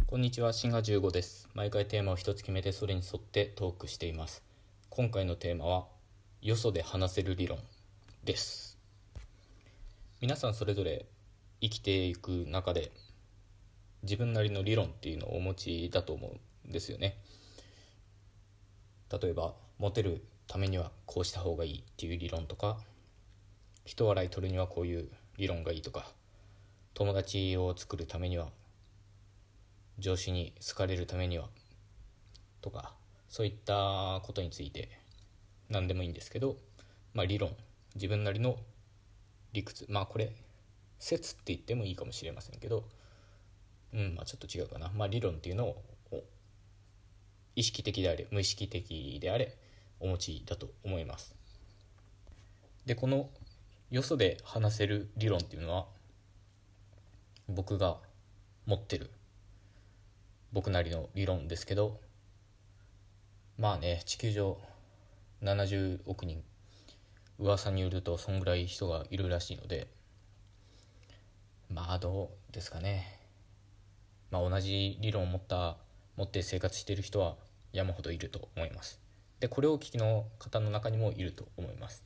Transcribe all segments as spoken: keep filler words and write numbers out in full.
こんにちは、シンガじゅうごです。毎回テーマを一つ決めてそれに沿ってトークしています。今回のテーマはよそで話せる理論です。皆さんそれぞれ生きていく中で自分なりの理論っていうのをお持ちだと思うんですよね。例えばモテるためにはこうした方がいいっていう理論とか、人笑い取るにはこういう理論がいいとか、友達を作るためには、上司に好かれるためにはとか、そういったことについて何でもいいんですけど、まあ理論、自分なりの理屈、まあこれ説って言ってもいいかもしれませんけど、うんまあちょっと違うかな。まあ理論っていうのを意識的であれ無意識的であれお持ちだと思います。でこのよそで話せる理論っていうのは、僕が持ってる僕なりの理論ですけど、まあね、地球上ななじゅうおくにん、噂によるとそんぐらい人がいるらしいので、まあどうですかね。まあ同じ理論を持った持って生活している人は山ほどいると思います。でこれをお聞きの方の中にもいると思います。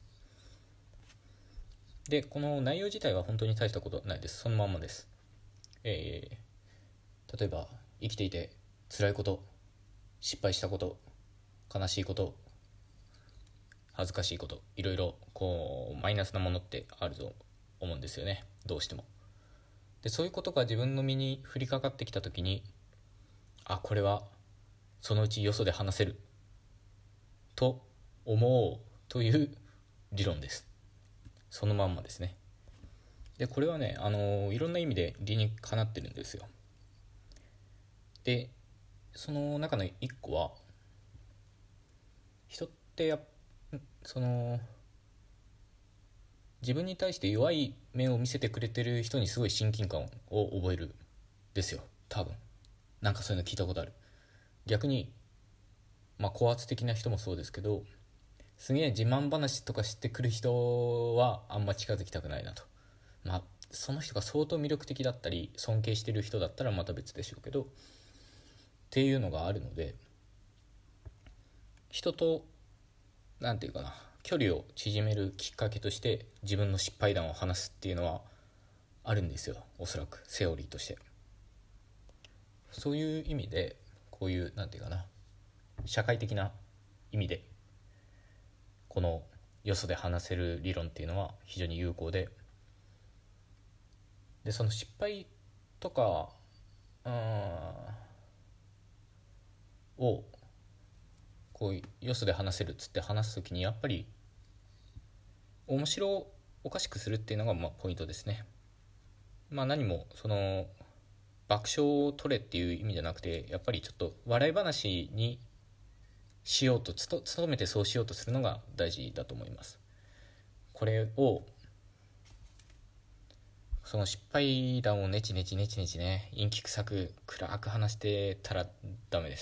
でこの内容自体は本当に大したことないです。そのまんまです。えー、例えば生きていて辛いこと、失敗したこと、悲しいこと、恥ずかしいこと、いろいろこうマイナスなものってあると思うんですよね、どうしても。でそういうことが自分の身に降りかかってきた時に、あ、これはそのうちよそで話せると思うという理論です。そのまんまですね。でこれはね、あのいろんな意味で理にかなってるんですよ。でその中の一個は、人ってやその自分に対して弱い面を見せてくれてる人にすごい親近感を覚えるですよ、多分。なんかそういうの聞いたことある。逆にまあ高圧的な人もそうですけど、すげえ自慢話とか知ってくる人はあんま近づきたくないなと。まあその人が相当魅力的だったり尊敬してる人だったらまた別でしょうけどっていうのがあるので、人となんていうかな、距離を縮めるきっかけとして自分の失敗談を話すっていうのはあるんですよ、おそらくセオリーとして。そういう意味でこういうなんていうかな、社会的な意味でこのよそで話せる理論っていうのは非常に有効で、でその失敗とかうんをこうよそで話せるっつって話すときに、やっぱり面白おかしくするっていうのがまあポイントですね。まあ何もその爆笑を取れっていう意味じゃなくて、やっぱりちょっと笑い話にしようとつと努めてそうしようとするのが大事だと思います。これをその失敗談をネチネチネチネチね、陰気臭く暗く話してたらダメです。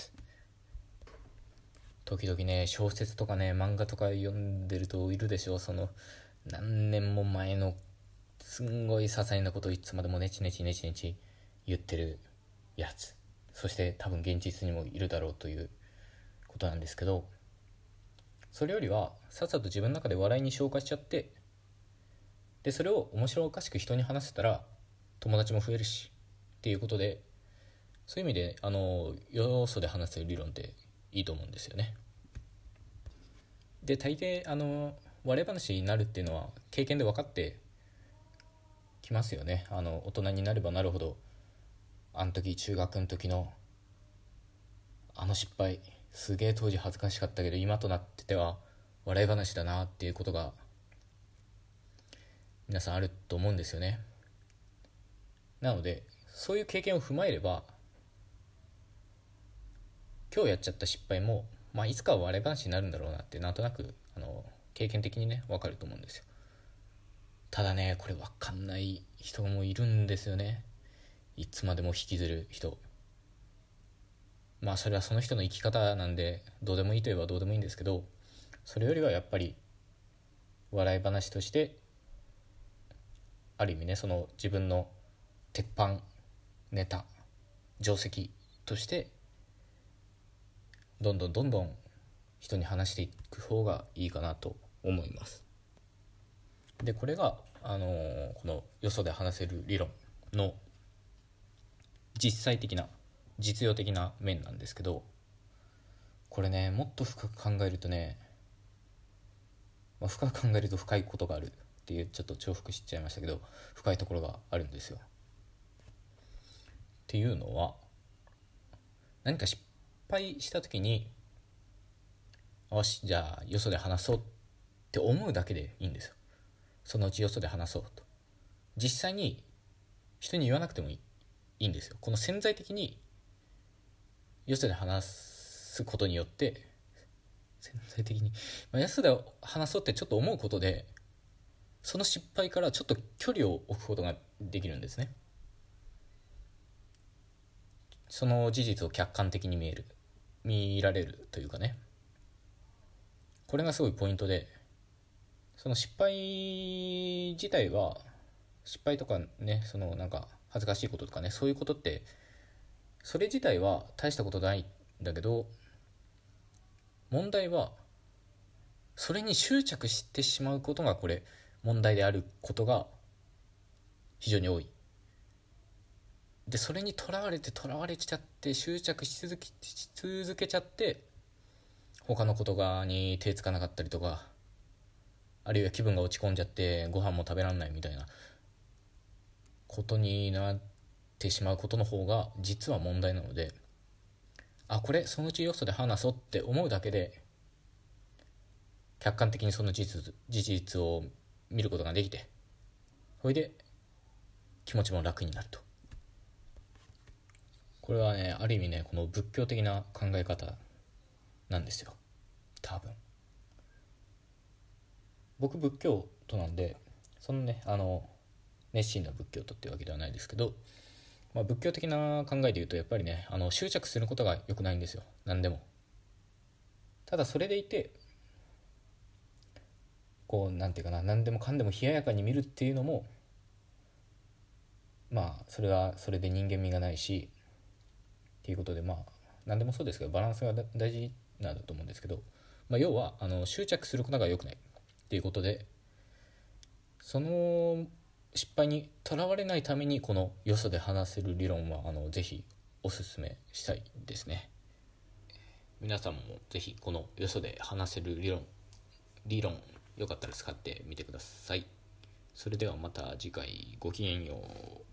時々ね、小説とかね漫画とか読んでるといるでしょう、その何年も前のすんごい些細なことをいつまでもネチネチネチネチ言ってるやつ。そして多分現実にもいるだろうということなんですけど、それよりはさっさと自分の中で笑いに消化しちゃって、でそれを面白おかしく人に話せたら友達も増えるしっていうことで、そういう意味であの要素で話せる理論っていいと思うんですよね。で大抵あの笑い話になるっていうのは経験で分かってきますよね。あの大人になればなるほど、あの時中学の時のあの失敗すげえ当時恥ずかしかったけど今となってては笑い話だなっていうことが皆さんあると思うんですよね。なのでそういう経験を踏まえれば、今日やっちゃった失敗も、まあ、いつかは笑い話になるんだろうなってなんとなくあの経験的にね分かると思うんですよ。ただね、これ分かんない人もいるんですよね。いつまでも引きずる人。まあそれはその人の生き方なんでどうでもいいといえばどうでもいいんですけど、それよりはやっぱり笑い話としてある意味ね、その自分の鉄板ネタ定石としてどんどんどんどん人に話していく方がいいかなと思います。でこれが、あのーこのよそで話せる理論の実際的な実用的な面なんですけど、これねもっと深く考えるとね、まあ、深く考えると深いことがあるっていう、ちょっと重複しちゃいましたけど、深いところがあるんですよ。っていうのは、何か失敗した時によしじゃあよそで話そうって思うだけでいいんですよ。そのうちよそで話そうと実際に人に言わなくてもいい、いいんですよ。この潜在的によそで話すことによって、潜在的に、まあ、よそで話そうってちょっと思うことで、その失敗からちょっと距離を置くことができるんですね。その事実を客観的に見える見られるというかね、これがすごいポイントで、その失敗自体は、失敗とかね、そのなんか恥ずかしいこととかね、そういうことってそれ自体は大したことないんだけど、問題はそれに執着してしまうことがこれ問題であることが非常に多い。でそれにとらわれてとらわれちゃって執着し続けし続けちゃって、他のことがに手つかなかったりとか、あるいは気分が落ち込んじゃってご飯も食べられないみたいなことになってしまうことの方が実は問題なので、あこれそのうちよそで話そうって思うだけで客観的にその事実事実を見ることができて、それで気持ちも楽になると。これはね、ある意味ね、この仏教的な考え方なんですよ。多分僕仏教徒なんで、そのねあの熱心な仏教徒っていうわけではないですけど、まあ、仏教的な考えでいうとやっぱりね、あの執着することが良くないんですよ、何でも。ただそれでいてこうなんていうかな、何でもかんでも冷ややかに見るっていうのも、まあそれはそれで人間味がないしっていうことで、まあ何でもそうですけどバランスが大事なんだと思うんですけど、まあ、要はあの執着することが良くないっていうことで、その失敗にとらわれないためにこのよそで話せる理論はあのぜひおすすめしたいですね。皆さんもぜひこのよそで話せる理論理論よかったら使ってみてください。それではまた次回、ごきげんよう。